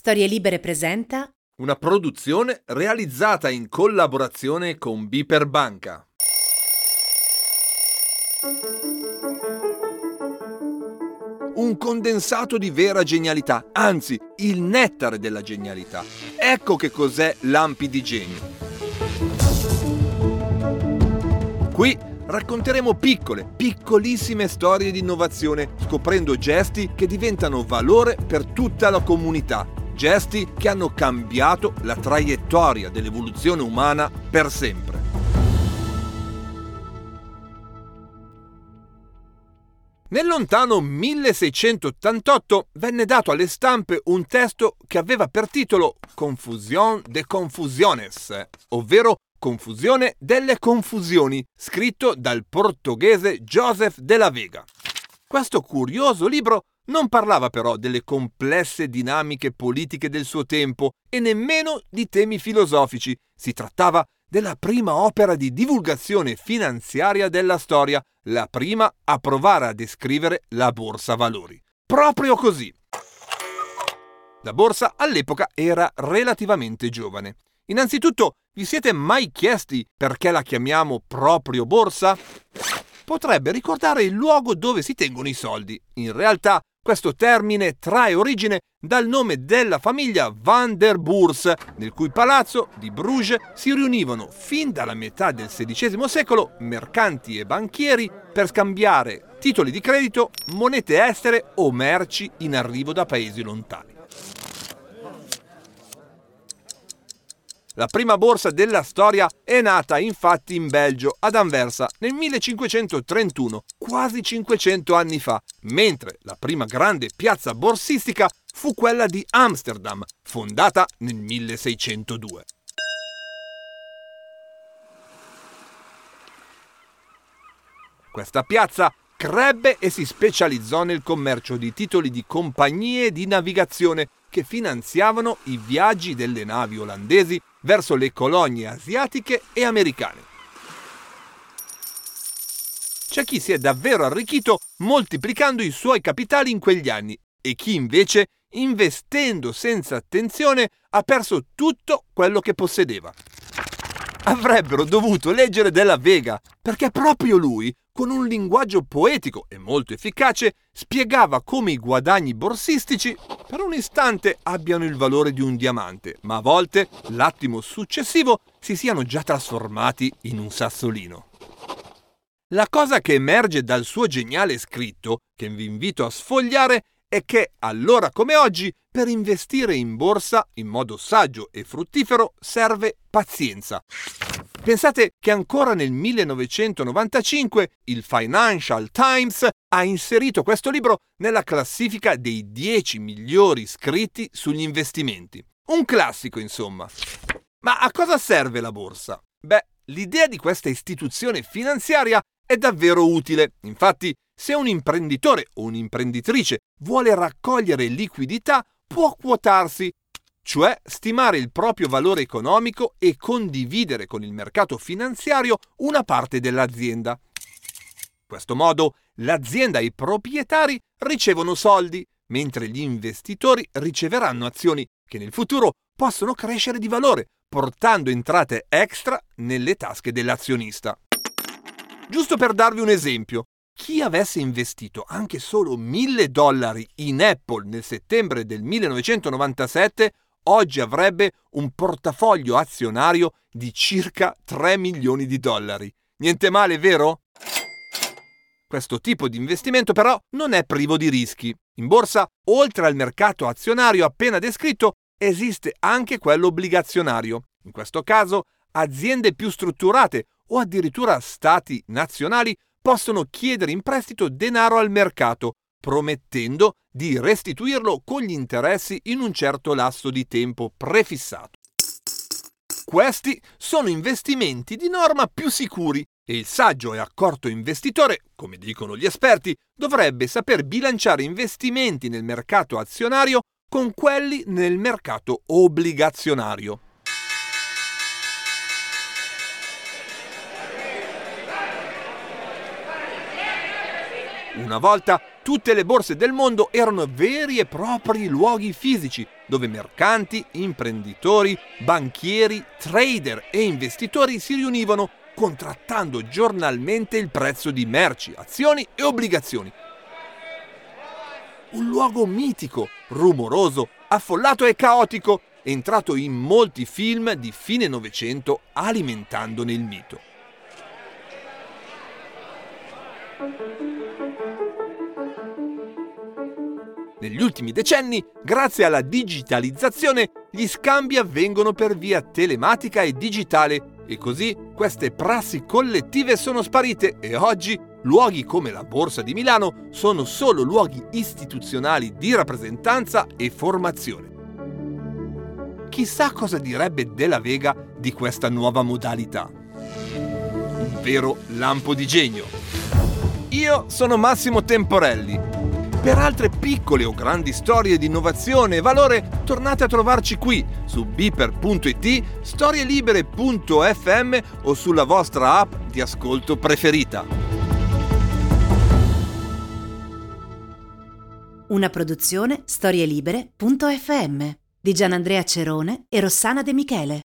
Storie Libere presenta una produzione realizzata in collaborazione con Biper Banca. Un condensato di vera genialità, anzi, il nettare della genialità. Ecco che cos'è Lampi di Genio. Qui racconteremo piccolissime storie di innovazione, scoprendo gesti che diventano valore per tutta la comunità. Gesti che hanno cambiato la traiettoria dell'evoluzione umana per sempre. Nel lontano 1688 venne dato alle stampe un testo che aveva per titolo Confusion de Confusiones, ovvero Confusione delle confusioni, scritto dal portoghese Joseph de la Vega. Questo curioso libro non parlava però delle complesse dinamiche politiche del suo tempo e nemmeno di temi filosofici. Si trattava della prima opera di divulgazione finanziaria della storia, la prima a provare a descrivere la borsa valori. Proprio così. La borsa all'epoca era relativamente giovane. Innanzitutto, vi siete mai chiesti perché la chiamiamo proprio borsa? Potrebbe ricordare il luogo dove si tengono i soldi. In realtà, questo termine trae origine dal nome della famiglia Van der Boers, nel cui palazzo di Bruges si riunivano fin dalla metà del XVI secolo mercanti e banchieri per scambiare titoli di credito, monete estere o merci in arrivo da paesi lontani. La prima borsa della storia è nata infatti in Belgio, ad Anversa, nel 1531, quasi 500 anni fa, mentre la prima grande piazza borsistica fu quella di Amsterdam, fondata nel 1602. Questa piazza crebbe e si specializzò nel commercio di titoli di compagnie di navigazione che finanziavano i viaggi delle navi olandesi verso le colonie asiatiche e americane. C'è chi si è davvero arricchito moltiplicando i suoi capitali in quegli anni e chi invece, investendo senza attenzione, ha perso tutto quello che possedeva. Avrebbero dovuto leggere Della Vega, perché proprio lui, con un linguaggio poetico e molto efficace, spiegava come i guadagni borsistici per un istante abbiano il valore di un diamante, ma a volte, l'attimo successivo, si siano già trasformati in un sassolino. La cosa che emerge dal suo geniale scritto, che vi invito a sfogliare, è che, allora come oggi, per investire in borsa in modo saggio e fruttifero serve pazienza. Pensate che ancora nel 1995 il Financial Times ha inserito questo libro nella classifica dei 10 migliori scritti sugli investimenti. Un classico, insomma. Ma a cosa serve la borsa? Beh, l'idea di questa istituzione finanziaria è davvero utile. Infatti, se un imprenditore o un'imprenditrice vuole raccogliere liquidità, può quotarsi, cioè stimare il proprio valore economico e condividere con il mercato finanziario una parte dell'azienda. In questo modo l'azienda e i proprietari ricevono soldi, mentre gli investitori riceveranno azioni che nel futuro possono crescere di valore, portando entrate extra nelle tasche dell'azionista. Giusto per darvi un esempio, chi avesse investito anche solo $1.000 in Apple nel settembre del 1997 oggi avrebbe un portafoglio azionario di circa $3 milioni. Niente male, vero? Questo tipo di investimento però non è privo di rischi. In borsa, oltre al mercato azionario appena descritto, esiste anche quello obbligazionario. In questo caso, aziende più strutturate o addirittura stati nazionali possono chiedere in prestito denaro al mercato, promettendo di restituirlo con gli interessi in un certo lasso di tempo prefissato. Questi sono investimenti di norma più sicuri e il saggio e accorto investitore, come dicono gli esperti, dovrebbe saper bilanciare investimenti nel mercato azionario con quelli nel mercato obbligazionario. Una volta Tutte le borse del mondo erano veri e propri luoghi fisici dove mercanti, imprenditori, banchieri, trader e investitori si riunivano contrattando giornalmente il prezzo di merci, azioni e obbligazioni. Un luogo mitico, rumoroso, affollato e caotico, entrato in molti film di fine Novecento alimentandone il mito. Negli ultimi decenni, grazie alla digitalizzazione, gli scambi avvengono per via telematica e digitale e così queste prassi collettive sono sparite e oggi luoghi come la Borsa di Milano sono solo luoghi istituzionali di rappresentanza e formazione. Chissà cosa direbbe Della Vega di questa nuova modalità. Un vero lampo di genio. Io sono Massimo Temporelli. Per altre piccole o grandi storie di innovazione e valore, tornate a trovarci qui su beeper.it, storielibere.fm o sulla vostra app di ascolto preferita. Una produzione storielibere.fm di Gianandrea Cerone e Rossana De Michele.